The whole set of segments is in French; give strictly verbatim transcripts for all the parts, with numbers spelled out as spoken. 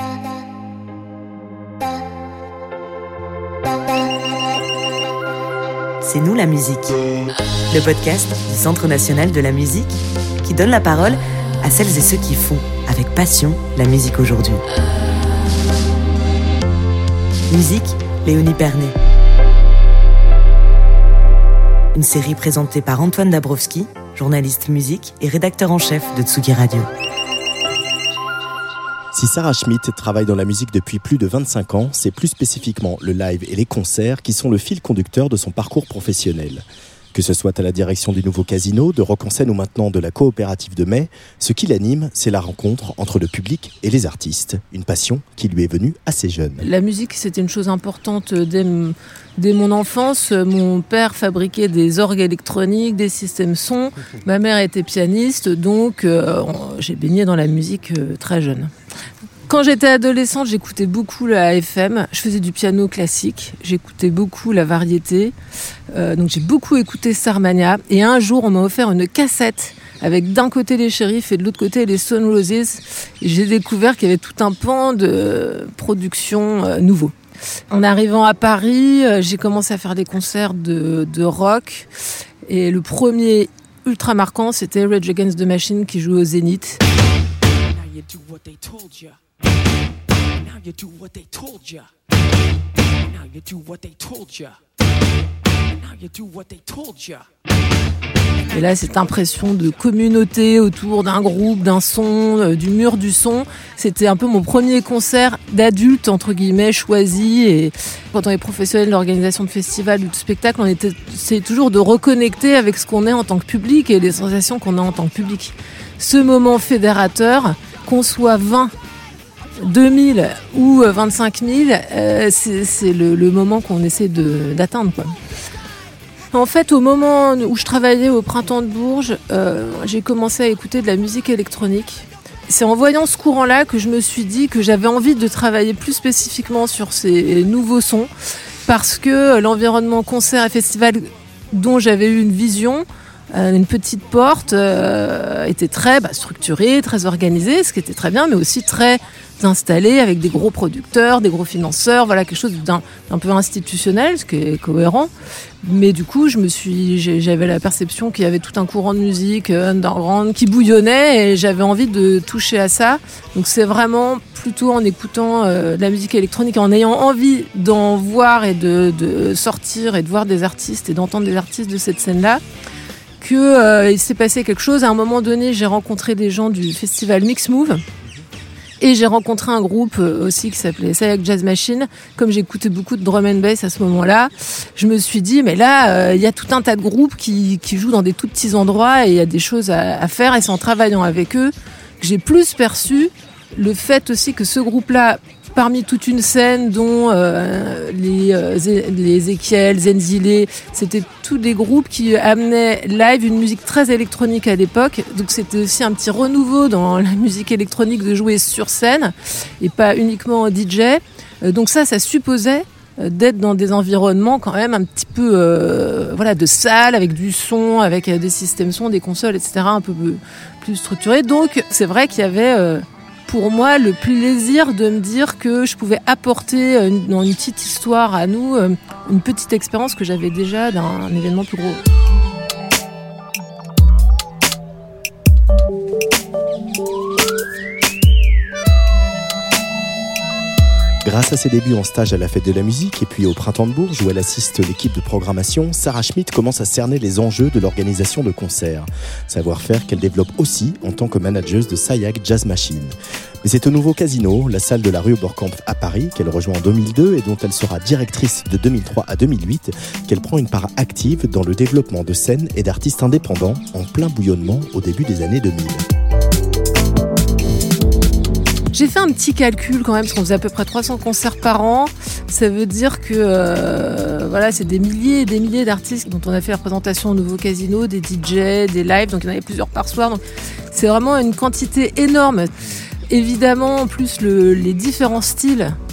C'est nous la musique, le podcast du Centre national de la musique qui donne la parole à celles et ceux qui font avec passion la musique aujourd'hui. Musique, Léonie Pernet. Une série présentée par Antoine Dabrowski, journaliste musique et rédacteur en chef de Tsugi Radio. Si Sarah Schmidt travaille dans la musique depuis plus de vingt-cinq ans, c'est plus spécifiquement le live et les concerts qui sont le fil conducteur de son parcours professionnel. Que ce soit à la direction du nouveau casino, de Rock en scène ou maintenant de la coopérative de Mai, ce qui l'anime, c'est la rencontre entre le public et les artistes. Une passion qui lui est venue assez jeune. La musique, c'était une chose importante dès, m- dès mon enfance. Mon père fabriquait des orgues électroniques, des systèmes son. Ma mère était pianiste, donc euh, j'ai baigné dans la musique euh, très jeune. Quand j'étais adolescente, j'écoutais beaucoup la F M. Je faisais du piano classique. J'écoutais beaucoup la variété. Euh, donc j'ai beaucoup écouté Starmania. Et un jour, on m'a offert une cassette avec d'un côté les Sheriffs et de l'autre côté les Stone Roses. Et j'ai découvert qu'il y avait tout un pan de production euh, nouveau. En arrivant à Paris, euh, j'ai commencé à faire des concerts de, de rock. Et le premier ultra marquant, c'était Rage Against the Machine qui jouait au Zénith. Now you do what they told ya. Now you do what they told ya. Now you do what they told ya. Et là, cette impression de communauté autour d'un groupe, d'un son, euh, du mur du son, c'était un peu mon premier concert d'adulte, entre guillemets, choisi. Et quand on est professionnel de l'organisation de festivals ou de spectacles, on était, c'est toujours de reconnecter avec ce qu'on est en tant que public et les sensations qu'on a en tant que public. Ce moment fédérateur, qu'on soit vingt, deux mille ou vingt-cinq mille, euh, c'est, c'est le, le moment qu'on essaie de, d'atteindre, quoi. En fait, au moment où je travaillais au Printemps de Bourges, euh, j'ai commencé à écouter de la musique électronique. C'est en voyant ce courant-là que je me suis dit que j'avais envie de travailler plus spécifiquement sur ces nouveaux sons, parce que l'environnement concert et festival dont j'avais eu une vision, une petite porte, euh, était très bah, structurée, très organisée, ce qui était très bien, mais aussi très installé avec des gros producteurs, des gros financeurs, voilà, quelque chose d'un, d'un peu institutionnel, ce qui est cohérent. Mais du coup, je me suis, j'avais la perception qu'il y avait tout un courant de musique underground qui bouillonnait et j'avais envie de toucher à ça. Donc c'est vraiment plutôt en écoutant euh, de la musique électronique, en ayant envie d'en voir et de, de sortir et de voir des artistes et d'entendre des artistes de cette scène-là, qu'il euh, s'est passé quelque chose. À un moment donné, j'ai rencontré des gens du festival Mix Move. Et j'ai rencontré un groupe aussi qui s'appelait Sayak Jazz Machine. Comme j'écoutais beaucoup de drum and bass à ce moment-là, je me suis dit, mais là, il euh, y a tout un tas de groupes qui, qui jouent dans des tout petits endroits et il y a des choses à, à faire. Et c'est en travaillant avec eux que j'ai plus perçu le fait aussi que ce groupe-là, parmi toute une scène dont euh, les, euh, les Ezekiel, Zenzile, c'était tous des groupes qui amenaient live une musique très électronique à l'époque. Donc c'était aussi un petit renouveau dans la musique électronique de jouer sur scène et pas uniquement en D J. Euh, donc ça, ça supposait d'être dans des environnements quand même un petit peu euh, voilà, de salle, avec du son, avec des systèmes son, des consoles, et cetera, un peu plus structurés. Donc c'est vrai qu'il y avait... Euh, pour moi, le plaisir de me dire que je pouvais apporter une, dans une petite histoire à nous, une petite expérience que j'avais déjà d'un événement plus gros. Grâce à ses débuts en stage à la Fête de la musique et puis au Printemps de Bourges où elle assiste l'équipe de programmation, Sarah Schmidt commence à cerner les enjeux de l'organisation de concerts. Savoir-faire qu'elle développe aussi en tant que manageuse de Sayak Jazz Machine. Mais c'est au nouveau casino, la salle de la rue Oberkampf à Paris, qu'elle rejoint en deux mille deux et dont elle sera directrice de deux mille trois à deux mille huit, qu'elle prend une part active dans le développement de scènes et d'artistes indépendants en plein bouillonnement au début des années deux mille. J'ai fait un petit calcul quand même, parce qu'on faisait à peu près trois cents concerts par an. Ça veut dire que euh, voilà, c'est des milliers et des milliers d'artistes dont on a fait la présentation au nouveau casino, des D J, des lives, donc il y en avait plusieurs par soir. Donc c'est vraiment une quantité énorme. Évidemment, en plus, le, les différents styles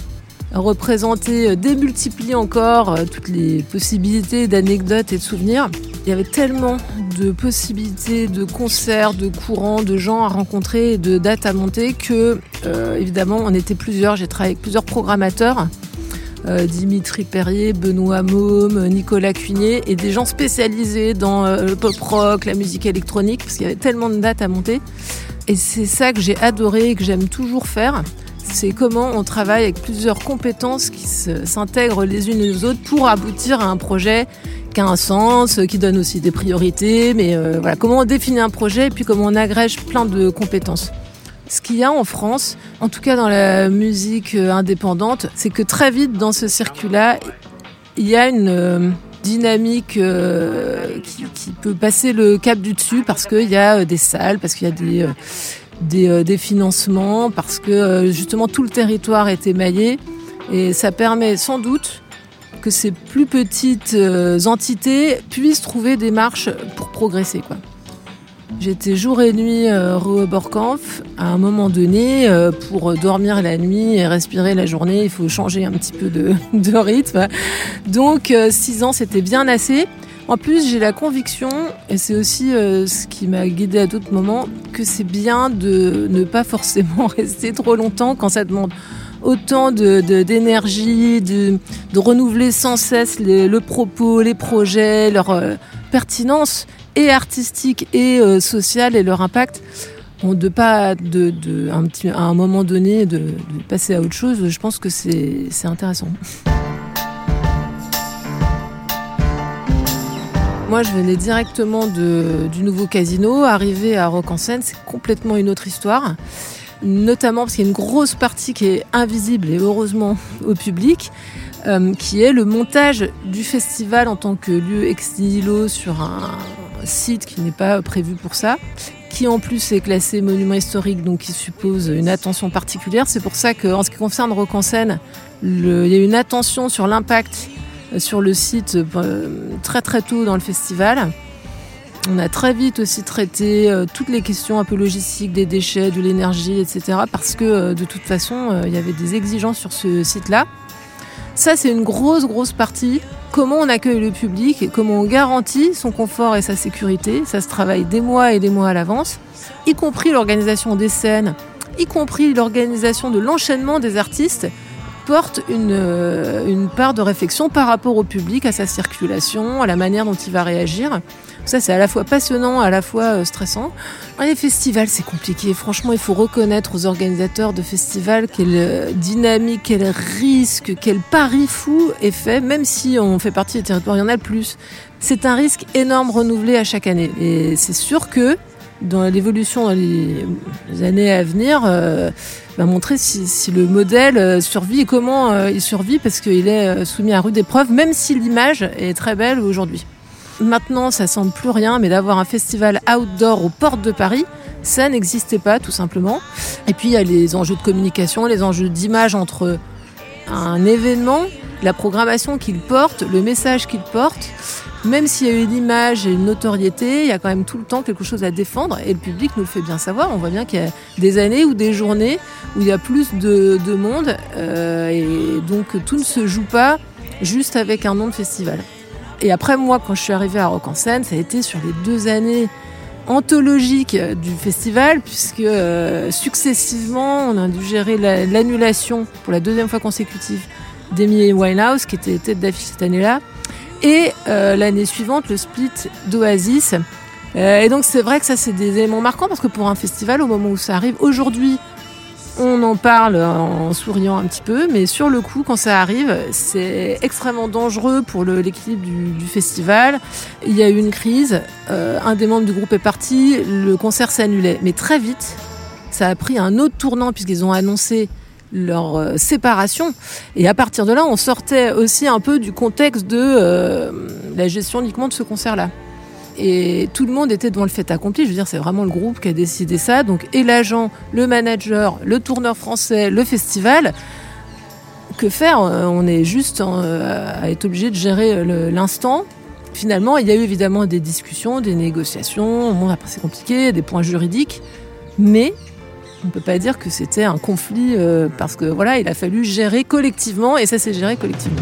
représenter, démultiplier encore toutes les possibilités d'anecdotes et de souvenirs. Il y avait tellement de possibilités, de concerts, de courants, de gens à rencontrer et de dates à monter que, euh, évidemment, on était plusieurs. J'ai travaillé avec plusieurs programmateurs. Euh, Dimitri Perrier, Benoît Môme, Nicolas Cuinier et des gens spécialisés dans euh, le pop-rock, la musique électronique, parce qu'il y avait tellement de dates à monter. Et c'est ça que j'ai adoré et que j'aime toujours faire. C'est comment on travaille avec plusieurs compétences qui se, s'intègrent les unes aux autres pour aboutir à un projet qui a un sens, qui donne aussi des priorités. Mais euh, voilà, comment on définit un projet et puis comment on agrège plein de compétences. Ce qu'il y a en France, en tout cas dans la musique indépendante, c'est que très vite dans ce circuit-là, il y a une euh, dynamique euh, qui, qui peut passer le cap du dessus parce qu'il y a des salles, parce qu'il y a des, euh, des, euh, des financements, parce que euh, justement tout le territoire est émaillé et ça permet sans doute que ces plus petites euh, entités puissent trouver des marches pour progresser, quoi. J'étais jour et nuit euh, rue Oberkampf. À un moment donné, euh, pour dormir la nuit et respirer la journée, il faut changer un petit peu de, de rythme. Donc, euh, six ans, c'était bien assez. En plus, j'ai la conviction, et c'est aussi euh, ce qui m'a guidée à d'autres moments, que c'est bien de ne pas forcément rester trop longtemps quand ça demande autant de, de, d'énergie, de, de renouveler sans cesse les, le propos, les projets, leur euh, pertinence et artistique et euh, sociale et leur impact. Bon, de pas de, de un petit, à un moment donné de, de passer à autre chose, je pense que c'est, c'est intéressant. Moi, je venais directement de, du nouveau casino. Arriver à Rock en Seine, c'est complètement une autre histoire. Notamment parce qu'il y a une grosse partie qui est invisible et heureusement au public, euh, qui est le montage du festival en tant que lieu ex nihilo sur un site qui n'est pas prévu pour ça, qui en plus est classé monument historique, donc qui suppose une attention particulière. C'est pour ça qu'en ce qui concerne Rock en Seine, le, il y a une attention sur l'impact sur le site euh, très très tôt dans le festival. On a très vite aussi traité euh, toutes les questions un peu logistiques, des déchets, de l'énergie, et cetera. Parce que euh, de toute façon, euh, il y avait des exigences sur ce site-là. Ça, c'est une grosse, grosse partie. Comment on accueille le public et comment on garantit son confort et sa sécurité. Ça se travaille des mois et des mois à l'avance, y compris l'organisation des scènes, y compris l'organisation de l'enchaînement des artistes, porte une, euh, une part de réflexion par rapport au public, à sa circulation, à la manière dont il va réagir. Ça, c'est à la fois passionnant, à la fois euh, stressant. Les festivals, c'est compliqué. Franchement, il faut reconnaître aux organisateurs de festivals quelle dynamique, quel risque, quel pari fou est fait, même si on fait partie des territoires, il y en a le plus. C'est un risque énorme renouvelé à chaque année. Et c'est sûr que dans l'évolution dans les années à venir, euh, va montrer si, si le modèle survit et comment euh, il survit, parce qu'il est soumis à rude épreuve, même si l'image est très belle aujourd'hui. Maintenant, ça semble plus rien, mais d'avoir un festival outdoor aux portes de Paris, ça n'existait pas, tout simplement. Et puis, il y a les enjeux de communication, les enjeux d'image entre un événement, la programmation qu'il porte, le message qu'il porte. Même s'il y a une image et une notoriété, il y a quand même tout le temps quelque chose à défendre et le public nous le fait bien savoir. On voit bien qu'il y a des années ou des journées où il y a plus de, de monde euh, et donc tout ne se joue pas juste avec un nom de festival. Et après, moi, quand je suis arrivée à Rock en Seine, ça a été sur les deux années anthologiques du festival, puisque euh, successivement, on a dû gérer la, l'annulation pour la deuxième fois consécutive d'Amy Winehouse, qui était tête d'affiche cette année-là. Et euh, l'année suivante, le split d'Oasis. Euh, et donc, c'est vrai que ça, c'est des éléments marquants, parce que pour un festival, au moment où ça arrive, aujourd'hui, on en parle en souriant un petit peu, mais sur le coup, quand ça arrive, c'est extrêmement dangereux pour le, l'équilibre du, du festival. Il y a eu une crise, euh, un des membres du groupe est parti, le concert s'annulait. Mais très vite, ça a pris un autre tournant, puisqu'ils ont annoncé leur euh, séparation. Et à partir de là, on sortait aussi un peu du contexte de euh, la gestion uniquement de ce concert-là. Et tout le monde était devant le fait accompli. Je veux dire, c'est vraiment le groupe qui a décidé ça. Donc, et l'agent, le manager, le tourneur français, le festival. Que faire ? On est juste euh, à être obligé de gérer le, l'instant. Finalement, il y a eu évidemment des discussions, des négociations. Bon, après, c'est compliqué, des points juridiques. Mais On ne peut pas dire que c'était un conflit euh, parce que voilà, il a fallu gérer collectivement et ça s'est géré collectivement.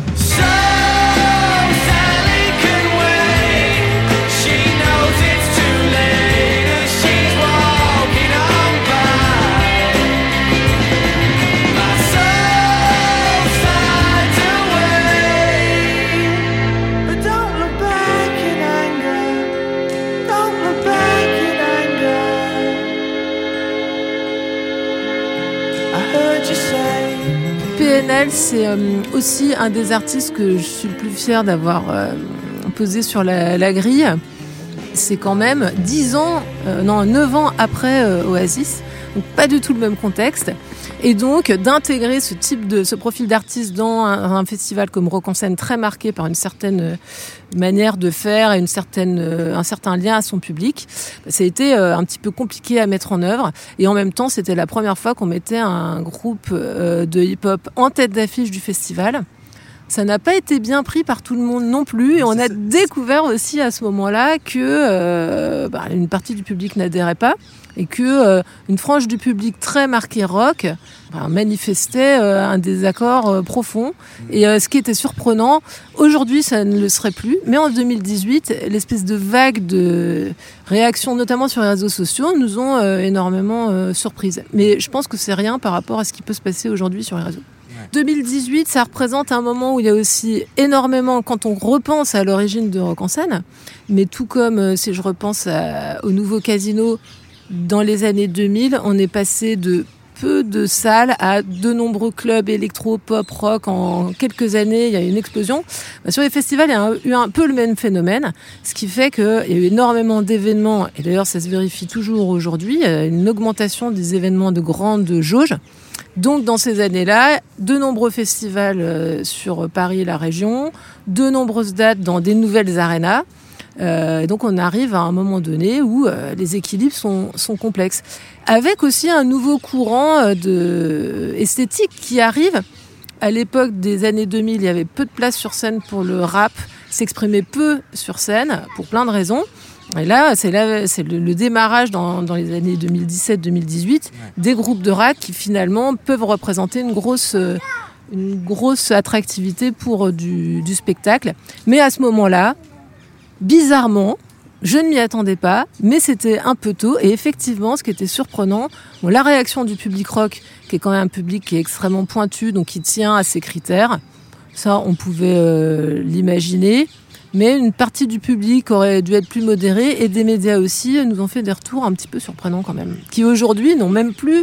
P N L, c'est euh, aussi un des artistes que je suis le plus fière d'avoir euh, posé sur la, la grille. C'est quand même dix ans, euh, non, neuf ans après euh, Oasis, donc pas du tout le même contexte. Et donc d'intégrer ce type de, ce profil d'artiste dans un, un festival comme Rock en scène très marqué par une certaine manière de faire et une certaine, un certain lien à son public, ça a été un petit peu compliqué à mettre en œuvre. Et en même temps, c'était la première fois qu'on mettait un groupe de hip-hop en tête d'affiche du festival. Ça n'a pas été bien pris par tout le monde non plus. Et on a découvert aussi à ce moment-là que euh, bah, une partie du public n'adhérait pas et que euh, une frange du public très marquée rock bah, manifestait euh, un désaccord euh, profond. Et euh, ce qui était surprenant, aujourd'hui ça ne le serait plus, mais en deux mille dix-huit, l'espèce de vague de réactions, notamment sur les réseaux sociaux, nous ont euh, énormément euh, surprises. Mais je pense que c'est rien par rapport à ce qui peut se passer aujourd'hui sur les réseaux. deux mille dix-huit, ça représente un moment où il y a aussi énormément, quand on repense à l'origine de Rock en scène, mais tout comme euh, si je repense à, au nouveau Casino dans les années deux mille, on est passé de peu de salles à de nombreux clubs électro, pop, rock. En quelques années, il y a eu une explosion. Bah, sur les festivals, il y a eu un peu le même phénomène, ce qui fait qu'il y a eu énormément d'événements, et d'ailleurs ça se vérifie toujours aujourd'hui, une augmentation des événements de grande jauge. Donc dans ces années-là, de nombreux festivals sur Paris et la région, de nombreuses dates dans des nouvelles arénas. Euh, donc on arrive à un moment donné où euh, les équilibres sont, sont complexes. Avec aussi un nouveau courant euh, de esthétique qui arrive. À l'époque des années deux mille, il y avait peu de place sur scène pour le rap, s'exprimait peu sur scène pour plein de raisons. Et là, c'est, là, c'est le, le démarrage dans, dans les années deux mille dix-sept deux mille dix-huit ouais. des groupes de rap qui finalement peuvent représenter une grosse, euh, une grosse attractivité pour euh, du, du spectacle. Mais à ce moment-là, bizarrement, je ne m'y attendais pas, mais c'était un peu tôt. Et effectivement, ce qui était surprenant, bon, la réaction du public rock, qui est quand même un public qui est extrêmement pointu, donc qui tient à ses critères, ça, on pouvait euh, l'imaginer. Mais une partie du public aurait dû être plus modérée et des médias aussi nous ont fait des retours un petit peu surprenants quand même, qui aujourd'hui n'ont même plus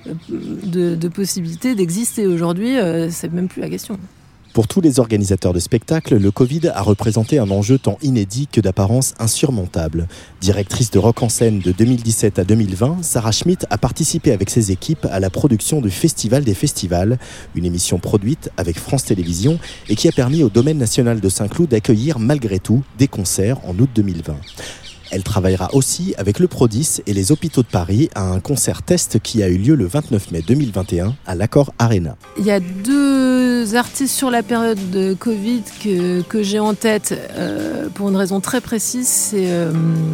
de, de possibilité d'exister. Aujourd'hui, euh, c'est même plus la question. Pour tous les organisateurs de spectacles, le Covid a représenté un enjeu tant inédit que d'apparence insurmontable. Directrice de Rock en scène de deux mille dix-sept à deux mille vingt, Sarah Schmitt a participé avec ses équipes à la production du Festival des Festivals, une émission produite avec France Télévisions et qui a permis au Domaine national de Saint-Cloud d'accueillir malgré tout des concerts en août deux mille vingt. Elle travaillera aussi avec le Prodis et les hôpitaux de Paris à un concert test qui a eu lieu le vingt-neuf mai deux mille vingt et un à l'Accor Arena. Il y a deux artistes sur la période de Covid que, que j'ai en tête euh, pour une raison très précise, c'est euh,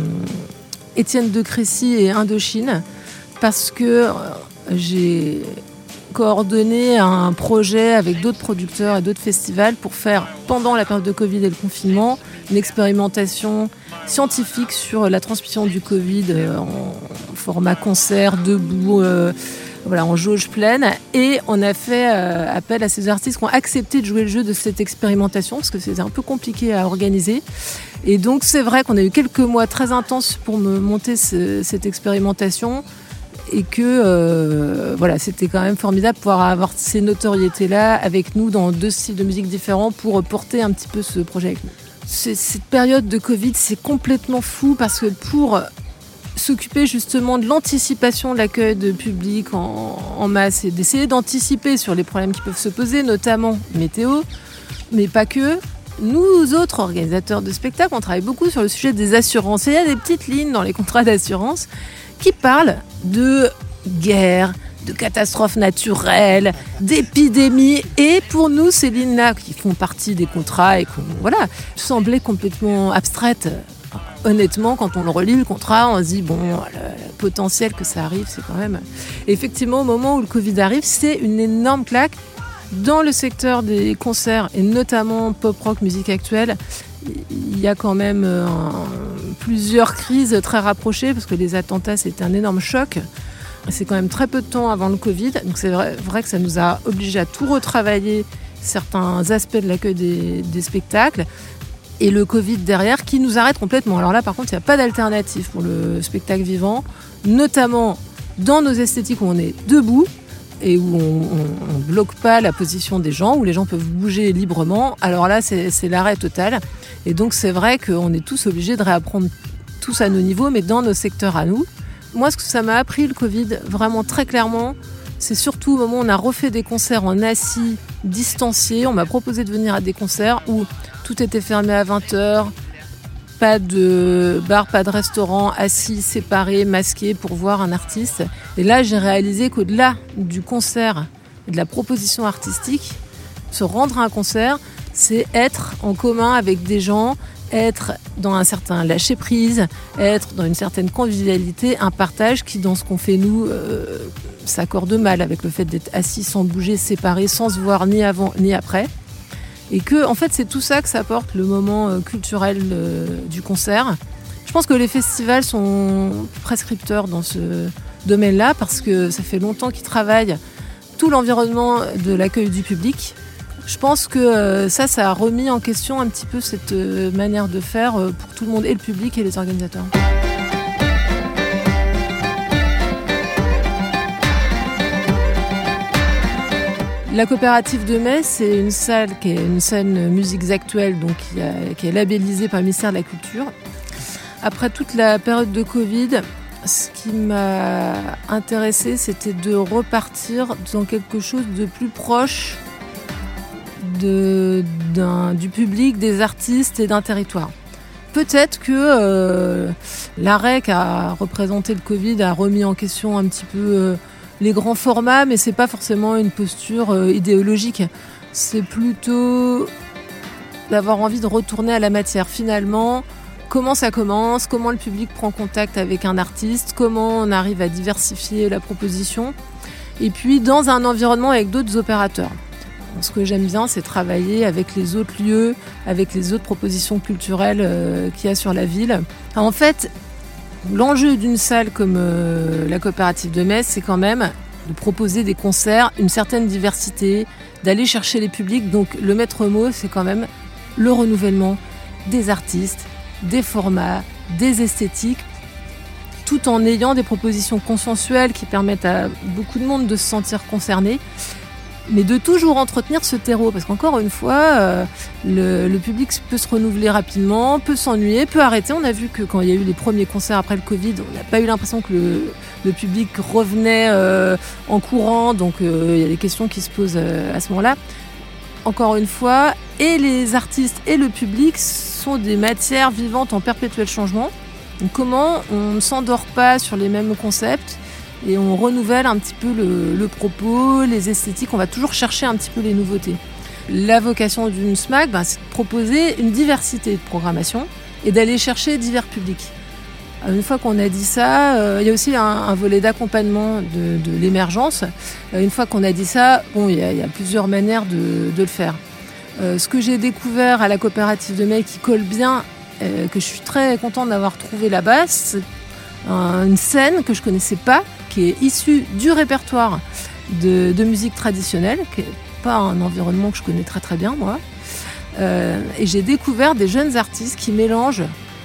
Étienne de Crécy et Indochine, parce que euh, j'ai coordonné un projet avec d'autres producteurs et d'autres festivals pour faire, pendant la période de Covid et le confinement, une expérimentation scientifique sur la transmission du Covid en format concert, debout, euh, voilà, en jauge pleine. Et on a fait euh, appel à ces artistes qui ont accepté de jouer le jeu de cette expérimentation, parce que c'était un peu compliqué à organiser. Et donc c'est vrai qu'on a eu quelques mois très intenses pour me monter ce, cette expérimentation. Et que euh, voilà, c'était quand même formidable de pouvoir avoir ces notoriétés-là avec nous dans deux styles de musique différents pour porter un petit peu ce projet avec nous. C'est, cette période de Covid, c'est complètement fou parce que pour s'occuper justement de l'anticipation de l'accueil de public en, en masse et d'essayer d'anticiper sur les problèmes qui peuvent se poser, notamment météo, mais pas que, nous autres organisateurs de spectacles, on travaille beaucoup sur le sujet des assurances. Et il y a des petites lignes dans les contrats d'assurance qui parlent de guerre, de catastrophes naturelles, d'épidémies. Et pour nous, ces lignes-là, qui font partie des contrats et qu'on, voilà, semblaient complètement abstraites. Honnêtement, quand on le relit, le contrat, on se dit, bon, le potentiel que ça arrive, c'est quand même... Effectivement, au moment où le Covid arrive, c'est une énorme claque. Dans le secteur des concerts, et notamment pop-rock, musique actuelle, il y a quand même euh, plusieurs crises très rapprochées, parce que les attentats, c'était un énorme choc. C'est quand même très peu de temps avant le Covid, donc c'est vrai, vrai que ça nous a obligés à tout retravailler, certains aspects de l'accueil des, des spectacles. Et le Covid derrière qui nous arrête complètement. Alors là, par contre, il n'y a pas d'alternative pour le spectacle vivant, notamment dans nos esthétiques où on est debout et où on ne bloque pas la position des gens, où les gens peuvent bouger librement. Alors là, c'est, c'est l'arrêt total. Et donc, c'est vrai qu'on est tous obligés de réapprendre tous à nos niveaux, mais dans nos secteurs à nous. Moi, ce que ça m'a appris, le Covid, vraiment très clairement, c'est surtout au moment où on a refait des concerts en assis, distanciés. On m'a proposé de venir à des concerts où tout était fermé à vingt heures, pas de bar, pas de restaurant, assis, séparés, masqués pour voir un artiste. Et là, j'ai réalisé qu'au-delà du concert et de la proposition artistique, se rendre à un concert, c'est être en commun avec des gens, être dans un certain lâcher-prise, être dans une certaine convivialité, un partage qui, dans ce qu'on fait nous, euh, s'accorde mal avec le fait d'être assis sans bouger, séparés, sans se voir ni avant ni après. Et que, en fait, c'est tout ça que ça apporte le moment euh, culturel euh, du concert. Je pense que les festivals sont prescripteurs dans ce domaine-là parce que ça fait longtemps qu'ils travaillent tout l'environnement de l'accueil du public. Je pense que euh, ça, ça a remis en question un petit peu cette euh, manière de faire euh, pour tout le monde, et le public et les organisateurs. La coopérative de Metz, c'est une salle qui est une scène musiques actuelles, donc qui, a, qui est labellisée par le ministère de la Culture. Après toute la période de Covid, ce qui m'a intéressée, c'était de repartir dans quelque chose de plus proche de, d'un, du public, des artistes et d'un territoire. Peut-être que euh, l'arrêt qu'a représenté le Covid a remis en question un petit peu euh, les grands formats, mais c'est pas forcément une posture euh, idéologique. C'est plutôt d'avoir envie de retourner à la matière. Finalement, comment ça commence, comment le public prend contact avec un artiste, comment on arrive à diversifier la proposition, et puis dans un environnement avec d'autres opérateurs. Ce que j'aime bien, c'est travailler avec les autres lieux, avec les autres propositions culturelles euh, qu'il y a sur la ville. En fait, l'enjeu d'une salle comme euh, la coopérative de Metz, c'est quand même de proposer des concerts, une certaine diversité, d'aller chercher les publics. Donc le maître mot, c'est quand même le renouvellement des artistes, des formats, des esthétiques, tout en ayant des propositions consensuelles qui permettent à beaucoup de monde de se sentir concerné, mais de toujours entretenir ce terreau, parce qu'encore une fois, euh, le, le public peut se renouveler rapidement, peut s'ennuyer, peut arrêter. On a vu que quand il y a eu les premiers concerts après le Covid, on n'a pas eu l'impression que le, le public revenait euh, en courant, donc euh, il y a des questions qui se posent euh, à ce moment-là. Encore une fois, et les artistes et le public sont des matières vivantes en perpétuel changement. Donc comment on ne s'endort pas sur les mêmes concepts et on renouvelle un petit peu le, le propos, les esthétiques, on va toujours chercher un petit peu les nouveautés. La vocation d'une S M A C, ben, c'est de proposer une diversité de programmation et d'aller chercher divers publics. Une fois qu'on a dit ça, euh, il y a aussi un, un volet d'accompagnement de, de l'émergence. Euh, une fois qu'on a dit ça, bon, il y a, il y a plusieurs manières de, de le faire. Euh, ce que j'ai découvert à la coopérative de Metz qui colle bien, euh, que je suis très contente d'avoir trouvé là-bas, c'est un, une scène que je connaissais pas, qui est issue du répertoire de, de musique traditionnelle, qui n'est pas un environnement que je connais très très bien moi. Euh, et j'ai découvert des jeunes artistes qui mélangent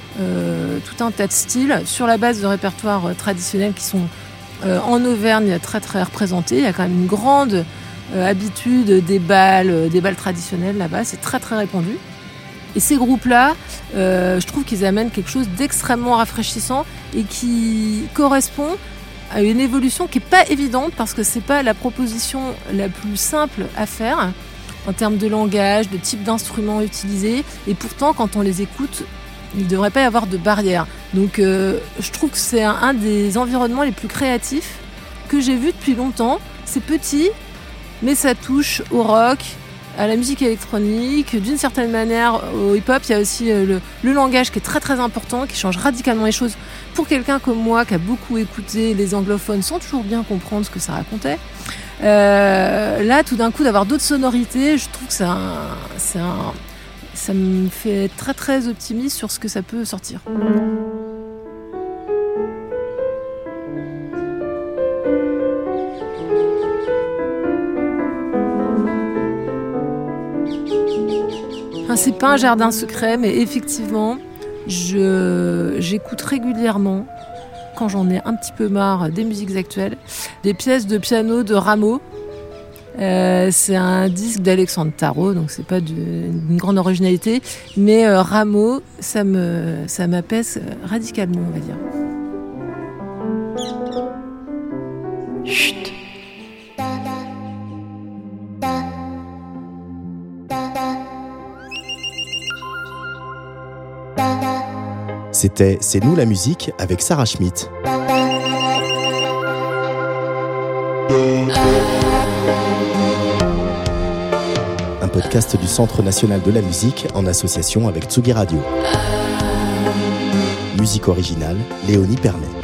euh, tout un tas de styles sur la base de répertoires euh, traditionnels qui sont euh, en Auvergne très très représentés. Il y a quand même une grande euh, habitude des balles, euh, des balles traditionnelles là-bas, c'est très très répandu. Et ces groupes-là, euh, je trouve qu'ils amènent quelque chose d'extrêmement rafraîchissant et qui correspond à une évolution qui n'est pas évidente parce que ce n'est pas la proposition la plus simple à faire en termes de langage, de type d'instruments utilisés. Et pourtant, quand on les écoute, il ne devrait pas y avoir de barrière. Donc euh, je trouve que c'est un, un des environnements les plus créatifs que j'ai vu depuis longtemps. C'est petit, mais ça touche au rock, à la musique électronique. D'une certaine manière, au hip-hop, il y a aussi le, le langage qui est très très important, qui change radicalement les choses. Pour quelqu'un comme moi, qui a beaucoup écouté les anglophones sans toujours bien comprendre ce que ça racontait, euh, là, tout d'un coup, d'avoir d'autres sonorités, je trouve que c'est un, c'est un, ça me fait être très très optimiste sur ce que ça peut sortir. Enfin, c'est pas un jardin secret, mais effectivement, je, j'écoute régulièrement, quand j'en ai un petit peu marre des musiques actuelles, des pièces de piano de Rameau. Euh, c'est un disque d'Alexandre Tarot, donc c'est pas d'une grande originalité, mais euh, Rameau, ça me, ça m'apaise radicalement, on va dire. Chut. C'était C'est nous la musique avec Sarah Schmitt. Un podcast du Centre national de la musique en association avec Tsugi Radio. Musique originale, Léonie Pernet.